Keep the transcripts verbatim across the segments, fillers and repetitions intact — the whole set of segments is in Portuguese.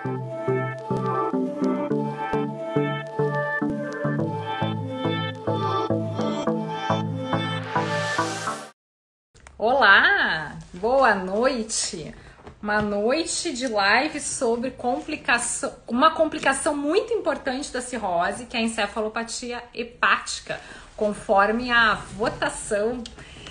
Olá, boa noite. Uma noite de live sobre complicação, uma complicação muito importante da cirrose, que é a encefalopatia hepática, conforme a votação.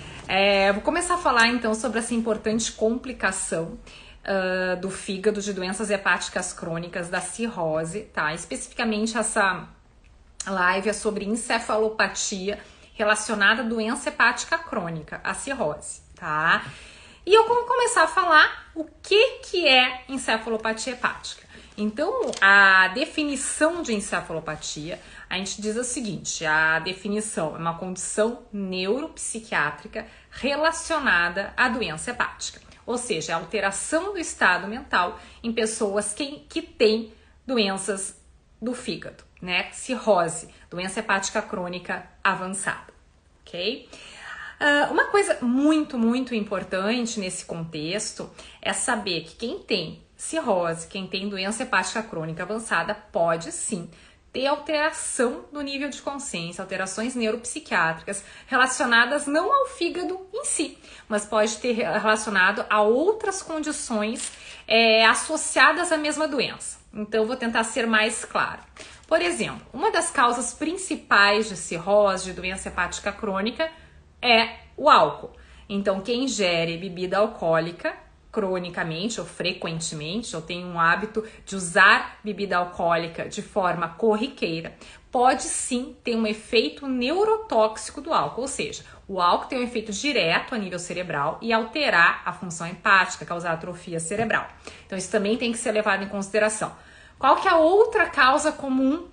É, vou começar a falar então sobre essa importante complicação uh, do fígado de doenças hepáticas crônicas da cirrose, tá? Especificamente essa live é sobre encefalopatia relacionada à doença hepática crônica, a cirrose, tá? E eu vou começar a falar o que, que é encefalopatia hepática. Então, a definição de encefalopatia, a gente diz o seguinte, a definição é uma condição neuropsiquiátrica relacionada à doença hepática, ou seja, a alteração do estado mental em pessoas que, que têm doenças do fígado, né? Cirrose, doença hepática crônica avançada, ok? Uh, uma coisa muito, muito importante nesse contexto é saber que quem tem cirrose, quem tem doença hepática crônica avançada, pode sim ter alteração do nível de consciência, alterações neuropsiquiátricas relacionadas não ao fígado em si, mas pode ter relacionado a outras condições é, associadas à mesma doença. Então, vou tentar ser mais claro. Por exemplo, uma das causas principais de cirrose, de doença hepática crônica, é o álcool. Então, quem ingere bebida alcoólica cronicamente ou frequentemente, ou tem um hábito de usar bebida alcoólica de forma corriqueira, pode sim ter um efeito neurotóxico do álcool, ou seja, o álcool tem um efeito direto a nível cerebral e alterar a função hepática, causar atrofia cerebral. Então, isso também tem que ser levado em consideração. Qual que é a outra causa comum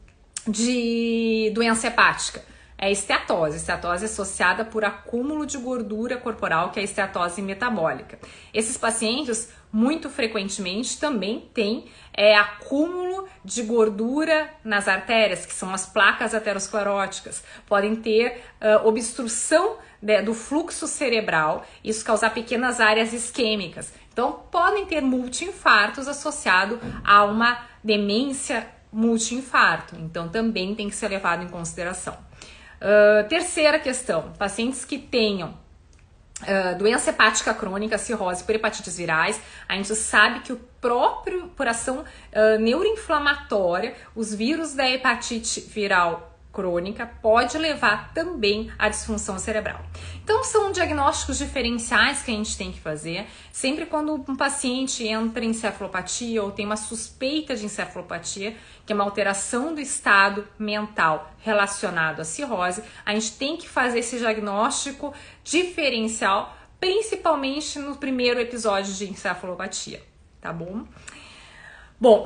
de doença hepática? É a esteatose. A esteatose é associada por acúmulo de gordura corporal, que é a esteatose metabólica. Esses pacientes, muito frequentemente, também têm é, acúmulo de gordura nas artérias, que são as placas ateroscleróticas. Podem ter uh, obstrução de, do fluxo cerebral, isso causar pequenas áreas isquêmicas. Então, podem ter multi-infartos associado a uma demência multi-infarto. Então, também tem que ser levado em consideração. Uh, terceira questão, pacientes que tenham uh, doença hepática crônica, cirrose por hepatites virais, a gente sabe que o próprio, por ação uh, neuroinflamatória, os vírus da hepatite viral crônica pode levar também à disfunção cerebral. Então, são diagnósticos diferenciais que a gente tem que fazer sempre quando um paciente entra em encefalopatia ou tem uma suspeita de encefalopatia, que é uma alteração do estado mental relacionado à cirrose, a gente tem que fazer esse diagnóstico diferencial, principalmente no primeiro episódio de encefalopatia, tá bom? Bom,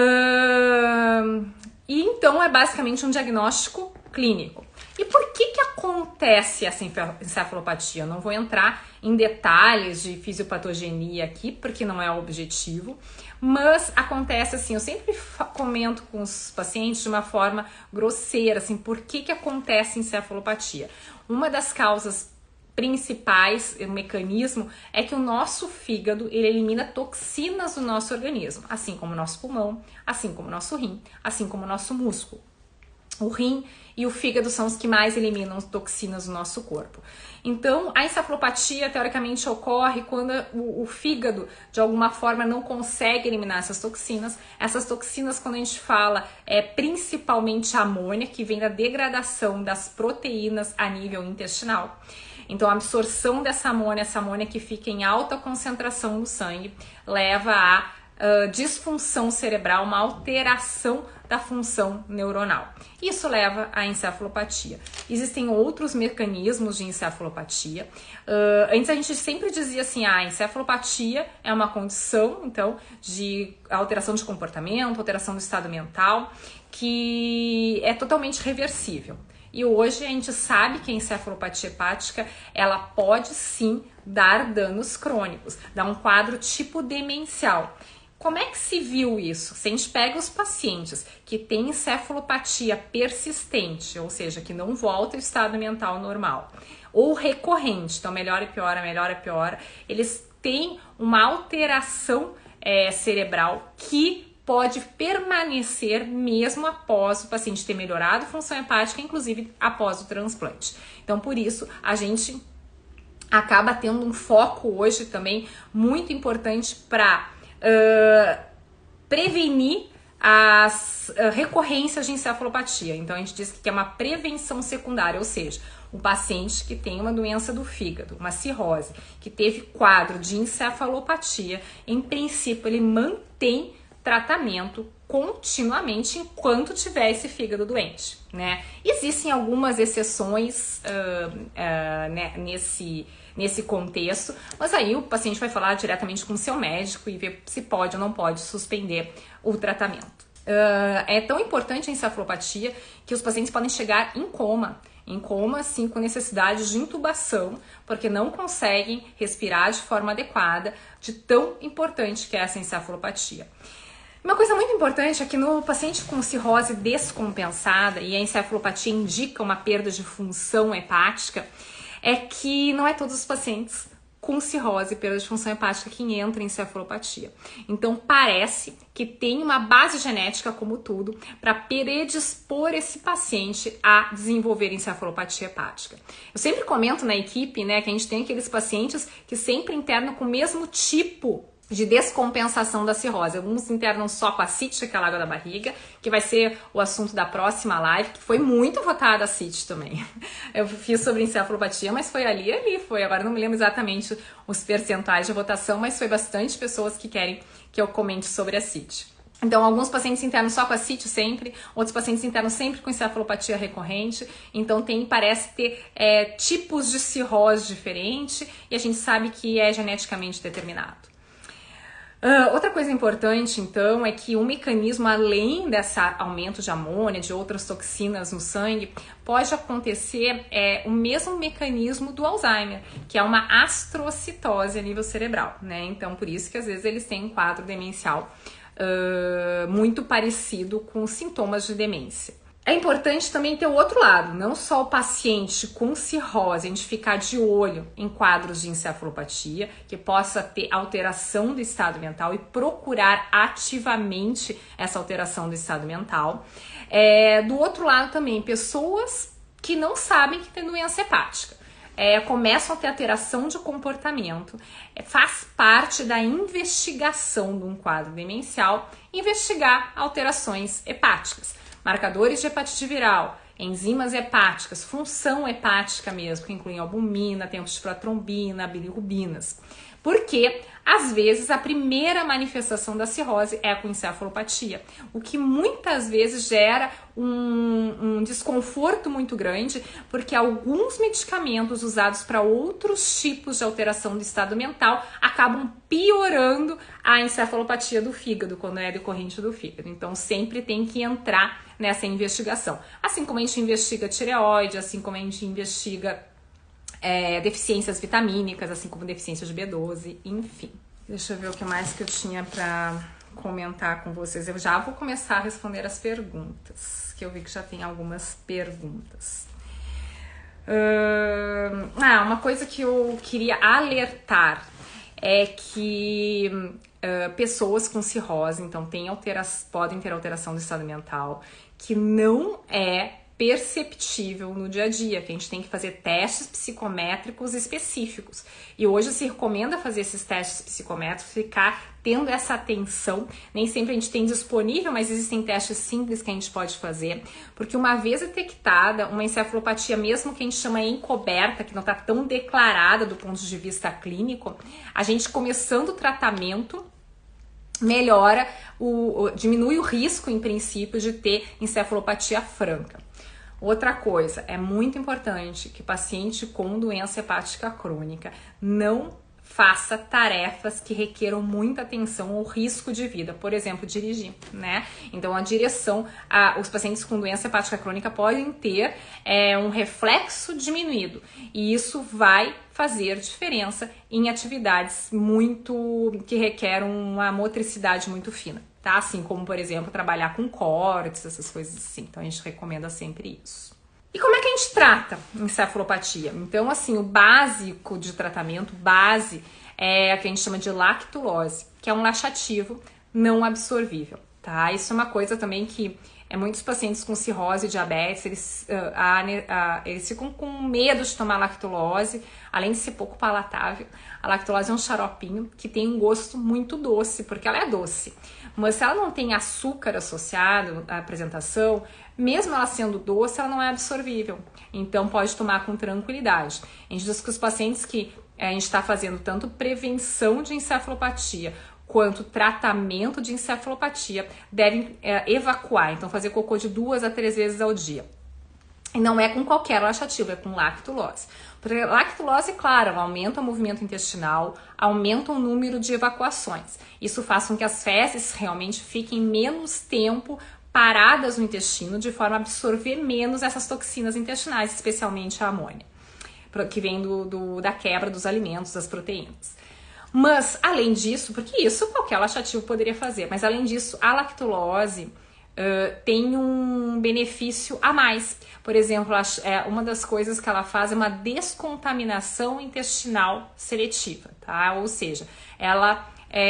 uh... e então é basicamente um diagnóstico clínico. E por que que acontece essa encefalopatia? Eu não vou entrar em detalhes de fisiopatogenia aqui, porque não é o objetivo, mas acontece assim, eu sempre comento com os pacientes de uma forma grosseira, assim, por que que acontece encefalopatia? Uma das causas principais, o mecanismo, é que o nosso fígado, ele elimina toxinas do nosso organismo, assim como o nosso pulmão, assim como o nosso rim, assim como o nosso músculo. O rim e o fígado são os que mais eliminam toxinas do nosso corpo. Então, a encefalopatia, teoricamente, ocorre quando o, o fígado, de alguma forma, não consegue eliminar essas toxinas. Essas toxinas, quando a gente fala, é principalmente a amônia, que vem da degradação das proteínas a nível intestinal. Então, a absorção dessa amônia, essa amônia que fica em alta concentração no sangue, leva a uh, disfunção cerebral, uma alteração da função neuronal. Isso leva à encefalopatia. Existem outros mecanismos de encefalopatia. Uh, antes a gente sempre dizia assim, ah, a encefalopatia é uma condição, então, de alteração de comportamento, alteração do estado mental, que é totalmente reversível. E hoje a gente sabe que a encefalopatia hepática, ela pode sim dar danos crônicos, dar um quadro tipo demencial. Como é que se viu isso? Se a gente pega os pacientes que têm encefalopatia persistente, ou seja, que não volta ao estado mental normal, ou recorrente, então melhora e piora, melhora e piora, eles têm uma alteração é, cerebral que pode permanecer mesmo após o paciente ter melhorado a função hepática, inclusive após o transplante. Então, por isso, a gente acaba tendo um foco hoje também muito importante para uh, prevenir as uh, recorrências de encefalopatia. Então, a gente diz que é uma prevenção secundária, ou seja, o paciente que tem uma doença do fígado, uma cirrose, que teve quadro de encefalopatia, em princípio, ele mantém tratamento continuamente enquanto tiver esse fígado doente, né? Existem algumas exceções uh, uh, né, nesse, nesse contexto, mas aí o paciente vai falar diretamente com o seu médico e ver se pode ou não pode suspender o tratamento. Uh, é tão importante a encefalopatia que os pacientes podem chegar em coma, em coma, assim, com necessidade de intubação, porque não conseguem respirar de forma adequada, de tão importante que é essa encefalopatia. Uma coisa muito importante é que no paciente com cirrose descompensada, e a encefalopatia indica uma perda de função hepática, é que não é todos os pacientes com cirrose e perda de função hepática que entram em encefalopatia. Então parece que tem uma base genética, como tudo, para predispor esse paciente a desenvolver encefalopatia hepática. Eu sempre comento na equipe, né, que a gente tem aqueles pacientes que sempre internam com o mesmo tipo de descompensação da cirrose. Alguns internam só com a ascite, aquela água da barriga, que vai ser o assunto da próxima live, que foi muito votada a ascite também. Eu fiz sobre encefalopatia, mas foi ali e ali foi. Agora não me lembro exatamente os percentuais de votação, mas foi bastante pessoas que querem que eu comente sobre a ascite. Então, alguns pacientes internam só com ascite sempre, outros pacientes internam sempre com encefalopatia recorrente. Então, tem, parece ter é, tipos de cirrose diferentes e a gente sabe que é geneticamente determinado. Uh, outra coisa importante, então, é que o mecanismo, além desse aumento de amônia, de outras toxinas no sangue, pode acontecer é, o mesmo mecanismo do Alzheimer, que é uma astrocitose a nível cerebral, né? Então, por isso que às vezes eles têm um quadro demencial uh, muito parecido com sintomas de demência. É importante também ter o outro lado, não só o paciente com cirrose, a gente ficar de olho em quadros de encefalopatia, que possa ter alteração do estado mental e procurar ativamente essa alteração do estado mental. É, do outro lado também, pessoas que não sabem que tem doença hepática. É, começam a ter alteração de comportamento, é, faz parte da investigação de um quadro demencial, investigar alterações hepáticas. Marcadores de hepatite viral, enzimas hepáticas, função hepática mesmo, que incluem albumina, tempos de protrombina, bilirrubinas. Porque, às vezes, a primeira manifestação da cirrose é com encefalopatia, o que muitas vezes gera um, um desconforto muito grande, porque alguns medicamentos usados para outros tipos de alteração do estado mental acabam piorando a encefalopatia do fígado, quando é decorrente do fígado. Então, sempre tem que entrar nessa investigação. Assim como a gente investiga tireoide, assim como a gente investiga É, deficiências vitamínicas, assim como deficiência de B doze, enfim. Deixa eu ver o que mais que eu tinha para comentar com vocês. Eu já vou começar a responder as perguntas, que eu vi que já tem algumas perguntas. Uh, ah, uma coisa que eu queria alertar é que uh, pessoas com cirrose, então, tem altera- podem ter alteração do estado mental, que não é perceptível no dia a dia, que a gente tem que fazer testes psicométricos específicos. E hoje se recomenda fazer esses testes psicométricos, ficar tendo essa atenção. Nem sempre a gente tem disponível, mas existem testes simples que a gente pode fazer, porque uma vez detectada uma encefalopatia, mesmo que a gente chama encoberta, que não está tão declarada do ponto de vista clínico, a gente começando o tratamento melhora, o, o, diminui o risco, em princípio, de ter encefalopatia franca. Outra coisa, é muito importante que o paciente com doença hepática crônica não faça tarefas que requeram muita atenção ou risco de vida, por exemplo, dirigir, né? Então, a direção, a, os pacientes com doença hepática crônica podem ter é, um reflexo diminuído, e isso vai fazer diferença em atividades muito que requerem uma motricidade muito fina, tá? Assim como, por exemplo, trabalhar com cortes, essas coisas assim. Então, a gente recomenda sempre isso. E como é que a gente trata encefalopatia? Então, assim, o básico de tratamento, base, é a que a gente chama de lactulose, que é um laxativo não absorvível, tá? Isso é uma coisa também que é, muitos pacientes com cirrose e diabetes, eles, uh, a, a, eles ficam com medo de tomar lactulose, além de ser pouco palatável. A lactulose é um xaropinho que tem um gosto muito doce, porque ela é doce. Mas se ela não tem açúcar associado à apresentação, mesmo ela sendo doce, ela não é absorvível. Então pode tomar com tranquilidade. A gente diz que os pacientes que a gente está fazendo tanto prevenção de encefalopatia quanto tratamento de encefalopatia devem é, evacuar, então fazer cocô de duas a três vezes ao dia. E não é com qualquer laxativo, é com lactulose. Porque a lactulose, claro, ela aumenta o movimento intestinal, aumenta o número de evacuações. Isso faz com que as fezes realmente fiquem menos tempo paradas no intestino, de forma a absorver menos essas toxinas intestinais, especialmente a amônia, que vem do, do, da quebra dos alimentos, das proteínas. Mas, além disso, porque isso qualquer laxativo poderia fazer, mas além disso, a lactulose uh, tem um benefício a mais. Por exemplo, é, uma das coisas que ela faz é uma descontaminação intestinal seletiva, tá? Ou seja, ela,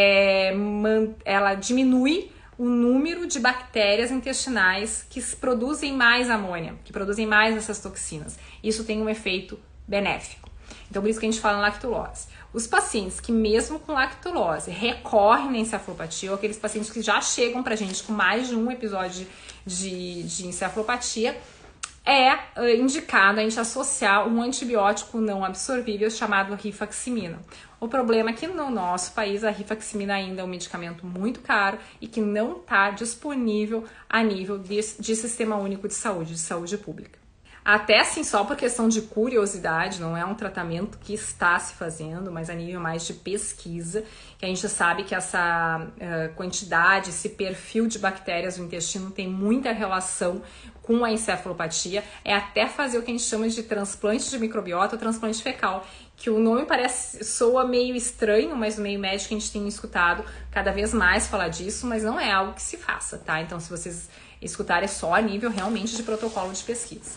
é, man, ela diminui o número de bactérias intestinais que produzem mais amônia, que produzem mais essas toxinas. Isso tem um efeito benéfico. Então, por isso que a gente fala em lactulose. Os pacientes que mesmo com lactulose recorrem na encefalopatia, ou aqueles pacientes que já chegam pra gente com mais de um episódio de, de encefalopatia, é uh, indicado a gente associar um antibiótico não absorvível chamado rifaximina. O problema é que no nosso país a rifaximina ainda é um medicamento muito caro e que não está disponível a nível de, de Sistema Único de Saúde, de saúde pública. Até assim, só por questão de curiosidade, não é um tratamento que está se fazendo, mas a nível mais de pesquisa, que a gente sabe que essa uh, quantidade, esse perfil de bactérias no intestino tem muita relação com a encefalopatia, é até fazer o que a gente chama de transplante de microbiota ou transplante fecal, que o nome parece, soa meio estranho, mas no meio médico a gente tem escutado cada vez mais falar disso, mas não é algo que se faça, tá? Então, se vocês escutarem, é só a nível realmente de protocolo de pesquisa.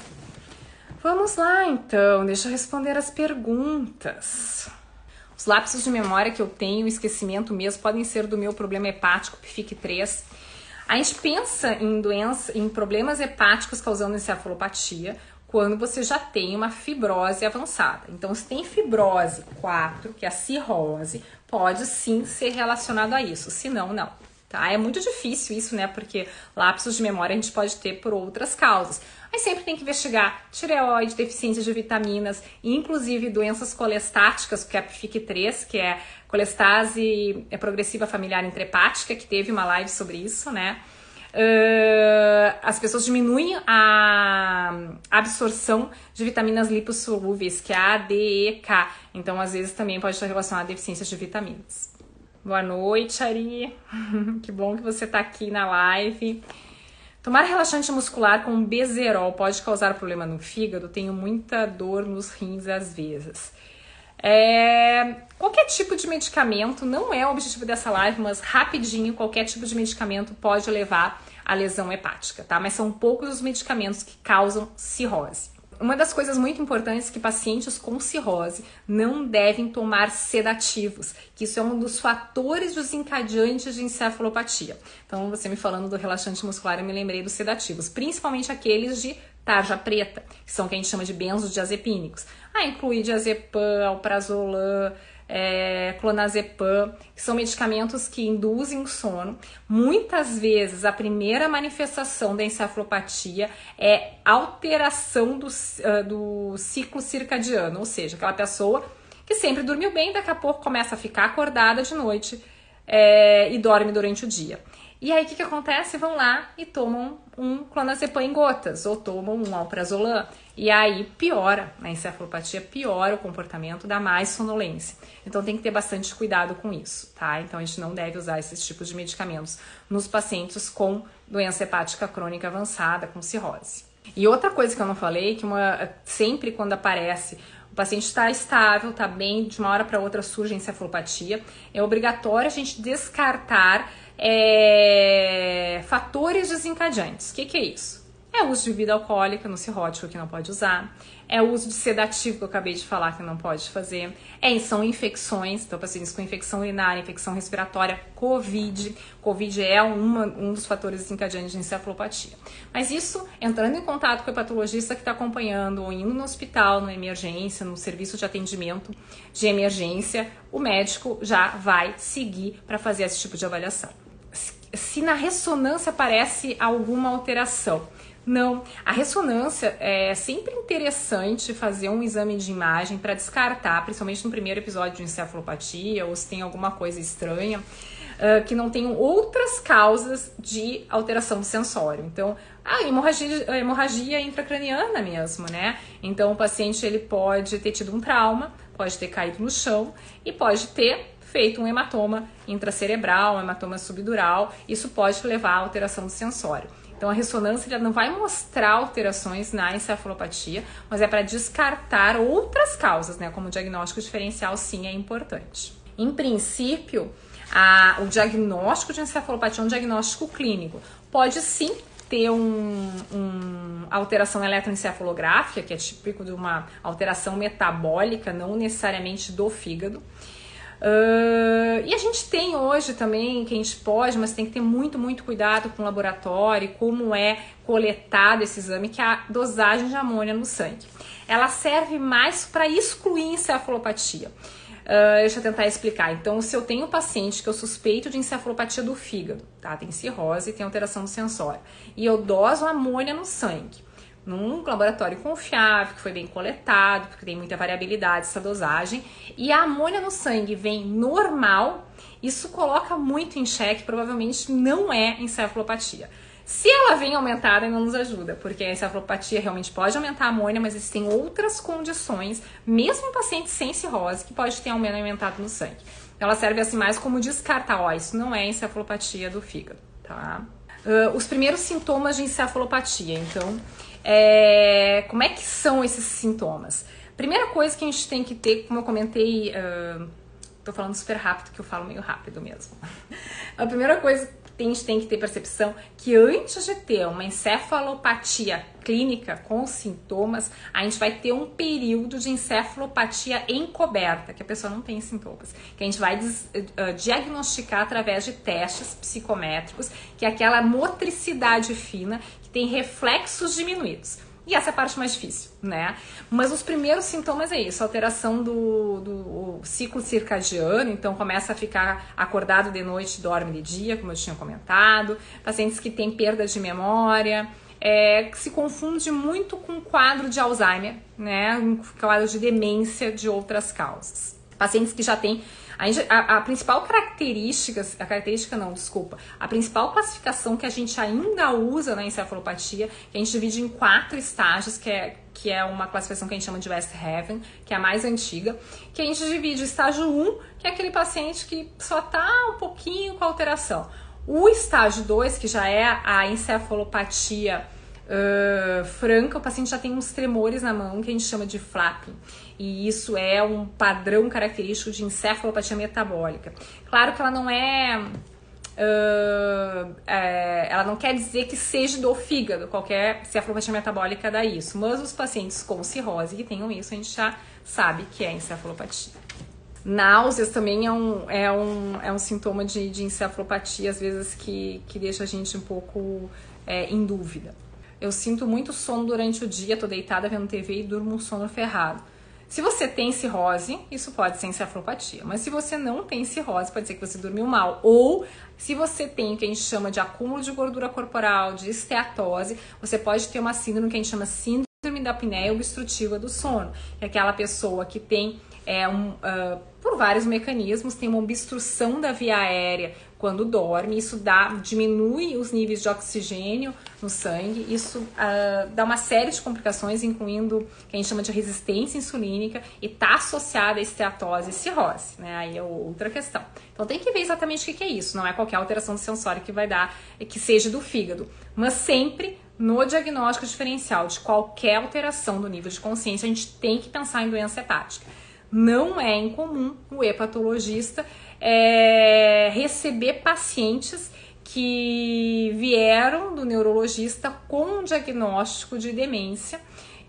Vamos lá, então, deixa eu responder as perguntas. Os lapsos de memória que eu tenho, esquecimento mesmo, podem ser do meu problema hepático P F I C três. A gente pensa em doença, em problemas hepáticos causando encefalopatia quando você já tem uma fibrose avançada. Então, se tem fibrose quatro, que é a cirrose, pode sim ser relacionado a isso, se não, não. Tá? É muito difícil isso, né? Porque lapsos de memória a gente pode ter por outras causas. Mas sempre tem que investigar tireoide, deficiência de vitaminas, inclusive doenças colestáticas, que é a P F I C três, que é colestase progressiva familiar intrahepática, que teve uma live sobre isso, né? Uh, as pessoas diminuem a absorção de vitaminas lipossolúveis, que é a D, E, K. Então, às vezes, também pode estar relacionado a deficiência de vitaminas. Boa noite, Ari. Que bom que você está aqui na live. Tomar relaxante muscular com Bezerol pode causar problema no fígado? Tenho muita dor nos rins às vezes. É... Qualquer tipo de medicamento, não é o objetivo dessa live, mas rapidinho, qualquer tipo de medicamento pode levar à lesão hepática, tá? Mas são poucos os medicamentos que causam cirrose. Uma das coisas muito importantes é que pacientes com cirrose não devem tomar sedativos, que isso é um dos fatores desencadeantes de encefalopatia. Então, você me falando do relaxante muscular, eu me lembrei dos sedativos, principalmente aqueles de tarja preta, que são o que a gente chama de benzodiazepínicos. Ah, inclui diazepam, alprazolam, É, clonazepam, que são medicamentos que induzem o sono. Muitas vezes a primeira manifestação da encefalopatia é alteração do, uh, do ciclo circadiano, ou seja, aquela pessoa que sempre dormiu bem, daqui a pouco começa a ficar acordada de noite é, e dorme durante o dia. E aí o que, que acontece? Vão lá e tomam um clonazepam em gotas ou tomam um alprazolam. E aí piora, a encefalopatia piora o comportamento, dá mais sonolência. Então tem que ter bastante cuidado com isso, tá? Então a gente não deve usar esses tipos de medicamentos nos pacientes com doença hepática crônica avançada, com cirrose. E outra coisa que eu não falei, que uma, sempre quando aparece, o paciente está estável, está bem, de uma hora para outra surge encefalopatia, é obrigatório a gente descartar é, fatores desencadeantes. O que, que é isso? É o uso de bebida alcoólica no cirrótico que não pode usar, é o uso de sedativo que eu acabei de falar que não pode fazer, é, são infecções, então pacientes com infecção urinária, infecção respiratória, Covid. Covid é uma, um dos fatores desencadeantes de encefalopatia. Mas isso, entrando em contato com o hepatologista que está acompanhando, ou indo no hospital, na emergência, no serviço de atendimento de emergência, o médico já vai seguir para fazer esse tipo de avaliação. Se na ressonância aparece alguma alteração, não. A ressonância é sempre interessante fazer um exame de imagem para descartar, principalmente no primeiro episódio de encefalopatia, ou se tem alguma coisa estranha, uh, que não tenham outras causas de alteração do sensório. Então, a hemorragia, a hemorragia intracraniana mesmo, né? Então, o paciente ele pode ter tido um trauma, pode ter caído no chão e pode ter feito um hematoma intracerebral, um hematoma subdural. Isso pode levar à alteração do sensório. Então, a ressonância ela não vai mostrar alterações na encefalopatia, mas é para descartar outras causas, né? Como o diagnóstico diferencial, sim, é importante. Em princípio, a, o diagnóstico de encefalopatia é um diagnóstico clínico. Pode, sim, ter um, um alteração eletroencefalográfica, que é típico de uma alteração metabólica, não necessariamente do fígado. Uh, e a gente tem hoje também, que a gente pode, mas tem que ter muito, muito cuidado com o laboratório, como é coletado esse exame, que é a dosagem de amônia no sangue. Ela serve mais para excluir encefalopatia. Uh, deixa eu tentar explicar. Então, se eu tenho um paciente que eu suspeito de encefalopatia do fígado, tá? Tem cirrose e tem alteração do sensório, e eu doso amônia no sangue, num laboratório confiável, que foi bem coletado, porque tem muita variabilidade essa dosagem, e a amônia no sangue vem normal, isso coloca muito em xeque, provavelmente não é encefalopatia. Se ela vem aumentada, não nos ajuda, porque a encefalopatia realmente pode aumentar a amônia, mas existem outras condições, mesmo em pacientes sem cirrose, que pode ter amônia aumentado no sangue. Ela serve assim mais como descartar, ó, isso não é encefalopatia do fígado, tá? Uh, os primeiros sintomas de encefalopatia, então, é, como é que são esses sintomas? Primeira coisa que a gente tem que ter, como eu comentei, uh, tô falando super rápido, que eu falo meio rápido mesmo. A primeira coisa que a gente tem que ter percepção que antes de ter uma encefalopatia clínica com sintomas, a gente vai ter um período de encefalopatia encoberta, que a pessoa não tem sintomas, que a gente vai des, uh, diagnosticar através de testes psicométricos, que é aquela motricidade fina que tem reflexos diminuídos. E essa é a parte mais difícil, né? Mas os primeiros sintomas é isso, alteração do, do ciclo circadiano, então começa a ficar acordado de noite, dorme de dia, como eu tinha comentado, pacientes que têm perda de memória, é, que se confunde muito com quadro de Alzheimer, né? Um quadro de demência de outras causas. Pacientes que já têm A, a, a principal característica, a característica não, desculpa, a principal classificação que a gente ainda usa na encefalopatia, que a gente divide em quatro estágios, que é, que é uma classificação que a gente chama de Westhaven, que é a mais antiga, que a gente divide o estágio um, que é aquele paciente que só tá um pouquinho com alteração. O estágio dois, que já é a encefalopatia Uh, franca, o paciente já tem uns tremores na mão que a gente chama de flapping, e isso é um padrão característico de encefalopatia metabólica. Claro que ela não é, uh, é ela não quer dizer que seja do fígado, qualquer encefalopatia metabólica dá isso, mas os pacientes com cirrose que tenham isso, a gente já sabe que é encefalopatia. Náuseas também é um, é um, é um sintoma de, de encefalopatia, às vezes que, que deixa a gente um pouco é, em dúvida. Eu sinto muito sono durante o dia, tô deitada vendo T V e durmo um sono ferrado. Se você tem cirrose, isso pode ser encefalopatia. Mas se você não tem cirrose, pode ser que você dormiu mal. Ou se você tem o que a gente chama de acúmulo de gordura corporal, de esteatose, você pode ter uma síndrome que a gente chama síndrome da apneia obstrutiva do sono. Que é aquela pessoa que tem, é, um, uh, por vários mecanismos, tem uma obstrução da via aérea quando dorme, isso dá, diminui os níveis de oxigênio no sangue, isso uh, dá uma série de complicações, incluindo o que a gente chama de resistência insulínica, e está associada a esteatose e cirrose, né? Aí é outra questão. Então tem que ver exatamente o que é isso, não é qualquer alteração do sensório que vai dar, que seja do fígado, mas sempre no diagnóstico diferencial de qualquer alteração do nível de consciência, a gente tem que pensar em doença hepática. Não é incomum o hepatologista é, receber pacientes que vieram do neurologista com um diagnóstico de demência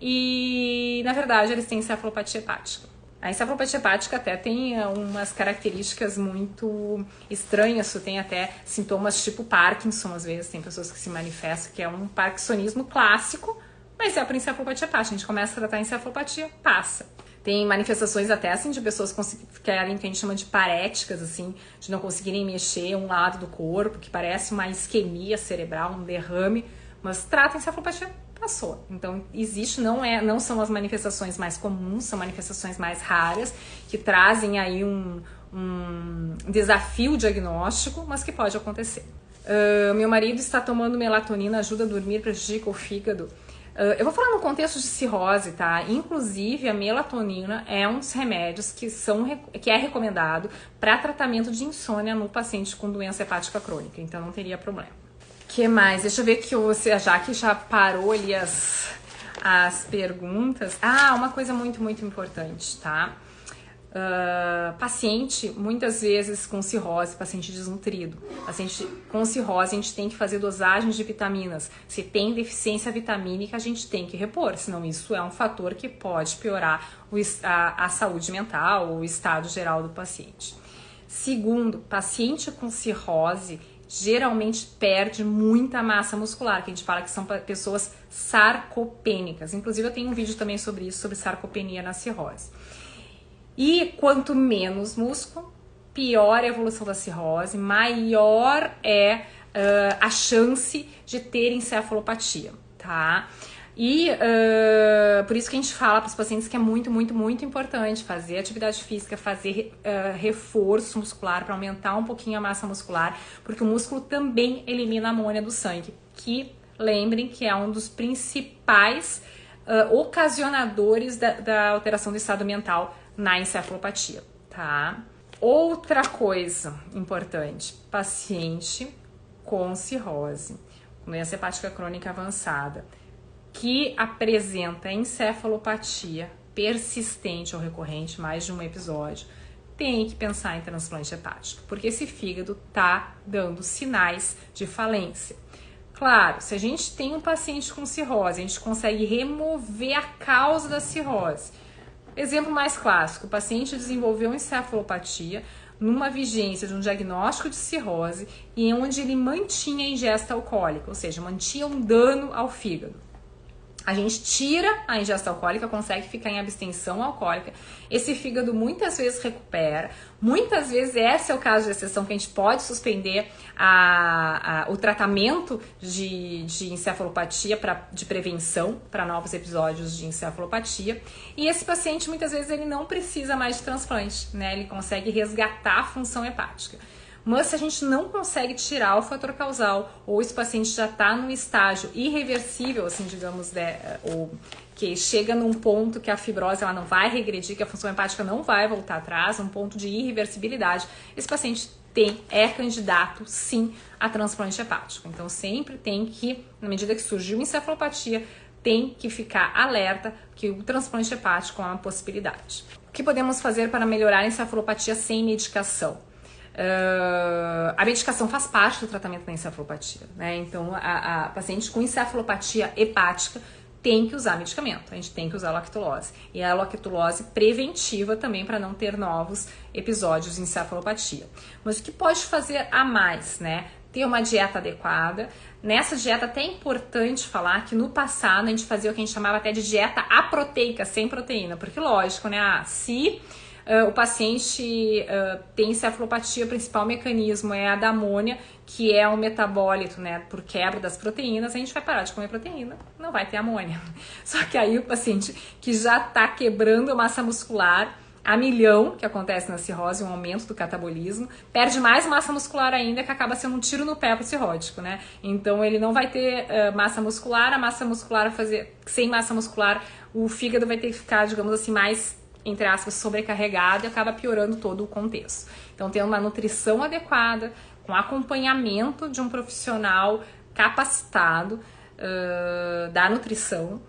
e, na verdade, eles têm encefalopatia hepática. A encefalopatia hepática até tem umas características muito estranhas, tem até sintomas tipo Parkinson, às vezes, tem pessoas que se manifestam, que é um parkinsonismo clássico, mas é a encefalopatia hepática. A gente começa a tratar a encefalopatia, passa. Tem manifestações até assim de pessoas que a gente chama de paréticas, assim, de não conseguirem mexer um lado do corpo, que parece uma isquemia cerebral, um derrame, mas trata a encefalopatia, passou. Então existe, não, é, não são as manifestações mais comuns, são manifestações mais raras, que trazem aí um, um desafio diagnóstico, mas que pode acontecer. Uh, meu marido está tomando melatonina, ajuda a dormir, prejudica o fígado. Uh, eu vou falar no contexto de cirrose, tá? Inclusive, a melatonina é um dos remédios que, são, que é recomendado para tratamento de insônia no paciente com doença hepática crônica, então não teria problema. O que mais? Deixa eu ver que você, já que já parou ali as, as perguntas. Ah, uma coisa muito, muito importante, tá? Uh, paciente, muitas vezes com cirrose, paciente desnutrido. Paciente com cirrose, a gente tem que fazer dosagens de vitaminas. Se tem deficiência vitamínica, a gente tem que repor, senão isso é um fator que pode piorar o, a, a saúde mental, o estado geral do paciente. Segundo, paciente com cirrose geralmente perde muita massa muscular, que a gente fala que são pessoas sarcopênicas. Inclusive eu tenho um vídeo também sobre isso, sobre sarcopenia na cirrose. E quanto menos músculo, pior é a evolução da cirrose, maior é uh, a chance de ter encefalopatia, tá? E uh, por isso que a gente fala para os pacientes que é muito, muito, muito importante fazer atividade física, fazer uh, reforço muscular para aumentar um pouquinho a massa muscular, porque o músculo também elimina a amônia do sangue, que lembrem que é um dos principais uh, ocasionadores da, da alteração do estado mental na encefalopatia, tá? Outra coisa importante, paciente com cirrose, doença hepática crônica avançada, que apresenta encefalopatia persistente ou recorrente, mais de um episódio, tem que pensar em transplante hepático, porque esse fígado tá dando sinais de falência. Claro, se a gente tem um paciente com cirrose, a gente consegue remover a causa da cirrose. Exemplo mais clássico, o paciente desenvolveu encefalopatia numa vigência de um diagnóstico de cirrose e onde ele mantinha a ingesta alcoólica, ou seja, mantinha um dano ao fígado. A gente tira a ingesta alcoólica, consegue ficar em abstenção alcoólica. Esse fígado muitas vezes recupera. Muitas vezes esse é o caso de exceção que a gente pode suspender a, a, o tratamento de, de encefalopatia pra, de prevenção para novos episódios de encefalopatia. E esse paciente muitas vezes ele não precisa mais de transplante, né? Ele consegue resgatar a função hepática. Mas se a gente não consegue tirar o fator causal, ou esse paciente já está num estágio irreversível, assim, digamos, de, ou que chega num ponto que a fibrose ela não vai regredir, que a função hepática não vai voltar atrás, um ponto de irreversibilidade, esse paciente tem, é candidato, sim, a transplante hepático. Então, sempre tem que, na medida que surgiu encefalopatia, tem que ficar alerta que o transplante hepático é uma possibilidade. O que podemos fazer para melhorar a encefalopatia sem medicação? Uh, a medicação faz parte do tratamento da encefalopatia, né? Então, a, a paciente com encefalopatia hepática tem que usar medicamento, a gente tem que usar lactulose. E a lactulose preventiva também para não ter novos episódios de encefalopatia. Mas o que pode fazer a mais, né? Ter uma dieta adequada. Nessa dieta até é importante falar que no passado a gente fazia o que a gente chamava até de dieta aproteica, sem proteína. Porque lógico, né? Ah, se... Uh, o paciente uh, tem encefalopatia, o principal mecanismo é a da amônia, que é um metabólito, né, por quebra das proteínas, a gente vai parar de comer proteína, não vai ter amônia. Só que aí o paciente que já está quebrando a massa muscular a milhão, que acontece na cirrose, um aumento do catabolismo, perde mais massa muscular ainda, que acaba sendo um tiro no pé pro cirrótico, né? Então ele não vai ter uh, massa muscular, a massa muscular fazer, sem massa muscular, o fígado vai ter que ficar, digamos assim, mais, entre aspas, sobrecarregado e acaba piorando todo o contexto. Então, ter uma nutrição adequada, com acompanhamento de um profissional capacitado uh, da nutrição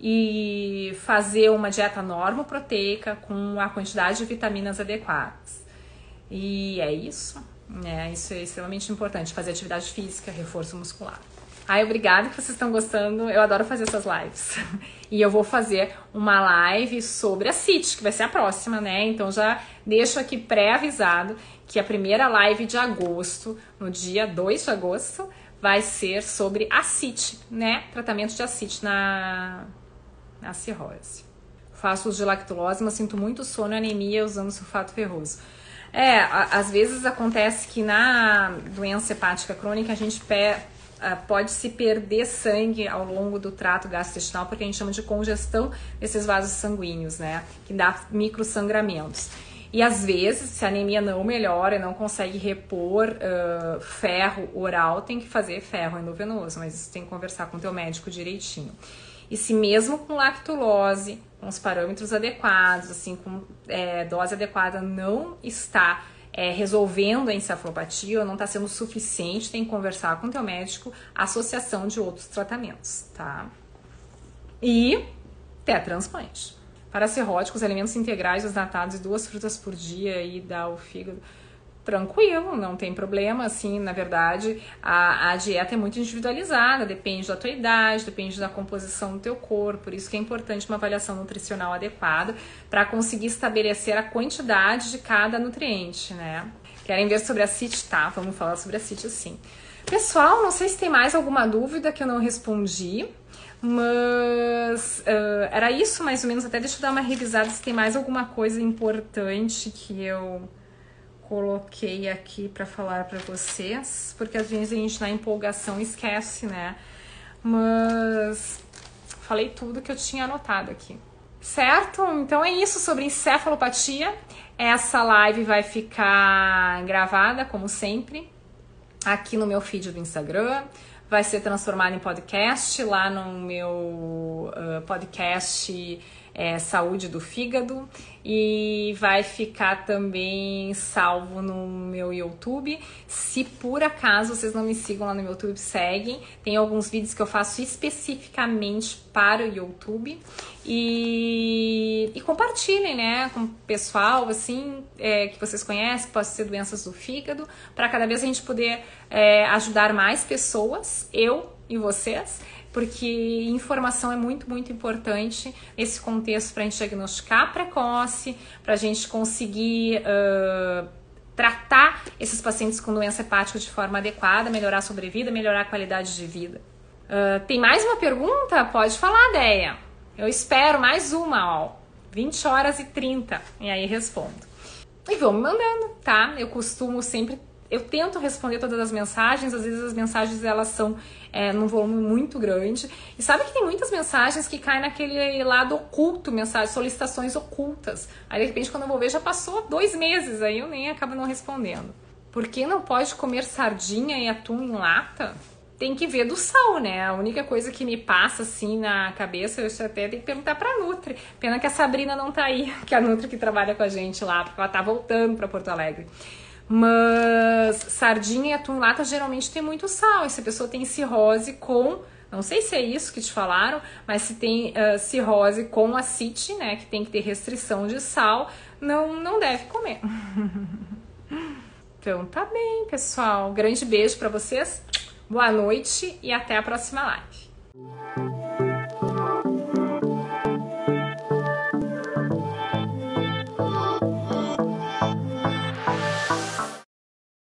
e fazer uma dieta normoproteica com a quantidade de vitaminas adequadas. E é isso. É, isso é extremamente importante, fazer atividade física, reforço muscular. Ai, obrigada que vocês estão gostando, eu adoro fazer essas lives. E eu vou fazer uma live sobre a C I T, que vai ser a próxima, né? Então já deixo aqui pré-avisado que a primeira live de agosto, no dia dois de agosto, vai ser sobre ascite, né? Tratamento de ascite na, na cirrose. Faço uso de lactulose, mas sinto muito sono e anemia usando sulfato ferroso. É, a, às vezes acontece que na doença hepática crônica a gente pe, a, pode se perder sangue ao longo do trato gastrointestinal, porque a gente chama de congestão desses vasos sanguíneos, né? Que dá microsangramentos. E às vezes, se a anemia não melhora e não consegue repor uh, ferro oral, tem que fazer ferro endovenoso, mas isso tem que conversar com o teu médico direitinho. E se mesmo com lactulose, com os parâmetros adequados, assim, com é, dose adequada, não está é, resolvendo a encefalopatia ou não está sendo suficiente, tem que conversar com o teu médico, associação de outros tratamentos, tá? E tetransplante. Para cirróticos, alimentos integrais, desnatados e duas frutas por dia e dá o fígado. Tranquilo, não tem problema, assim, na verdade, a, a dieta é muito individualizada, depende da tua idade, depende da composição do teu corpo, por isso que é importante uma avaliação nutricional adequada para conseguir estabelecer a quantidade de cada nutriente, né? Querem ver sobre a C I T? Tá, vamos falar sobre a C I T sim. Pessoal, não sei se tem mais alguma dúvida que eu não respondi, mas uh, era isso mais ou menos, até deixa eu dar uma revisada se tem mais alguma coisa importante que eu coloquei aqui para falar para vocês, porque às vezes a gente na empolgação esquece, né? Mas falei tudo que eu tinha anotado aqui. Certo? Então é isso sobre encefalopatia. Essa live vai ficar gravada, como sempre, aqui no meu feed do Instagram. Vai ser transformado em podcast lá no meu uh, podcast é, Saúde do Fígado e vai ficar também salvo no meu YouTube. Se por acaso vocês não me sigam lá no meu YouTube, seguem. Tem alguns vídeos que eu faço especificamente para o YouTube e, e compartilhem, né, com o pessoal assim é, que vocês conhecem, que possam ser doenças do fígado, para cada vez a gente poder é, ajudar mais pessoas, eu e vocês, porque informação é muito, muito importante nesse contexto para a gente diagnosticar precoce, para a gente conseguir uh, tratar esses pacientes com doença hepática de forma adequada, melhorar a sobrevida, melhorar a qualidade de vida. Uh, tem mais uma pergunta? Pode falar, Deia. Eu espero mais uma, ó. vinte horas e trinta, e aí respondo. E vão me mandando, tá? Eu costumo sempre... Eu tento responder todas as mensagens, às vezes as mensagens elas são é, num volume muito grande. E sabe que tem muitas mensagens que caem naquele lado oculto, mensagens, solicitações ocultas. Aí de repente quando eu vou ver já passou dois meses, aí eu nem acabo não respondendo. Por que não pode comer sardinha e atum em lata? Tem que ver do sal, né? A única coisa que me passa assim na cabeça, eu até tenho que perguntar pra Nutri. Pena que a Sabrina não tá aí, que é a Nutri que trabalha com a gente lá, porque ela tá voltando pra Porto Alegre. Mas sardinha e atum em lata geralmente tem muito sal. E se a pessoa tem cirrose com, não sei se é isso que te falaram, mas se tem uh, cirrose com ascite, né, que tem que ter restrição de sal, não, não deve comer. Então tá bem, pessoal. Grande beijo pra vocês, boa noite e até a próxima live.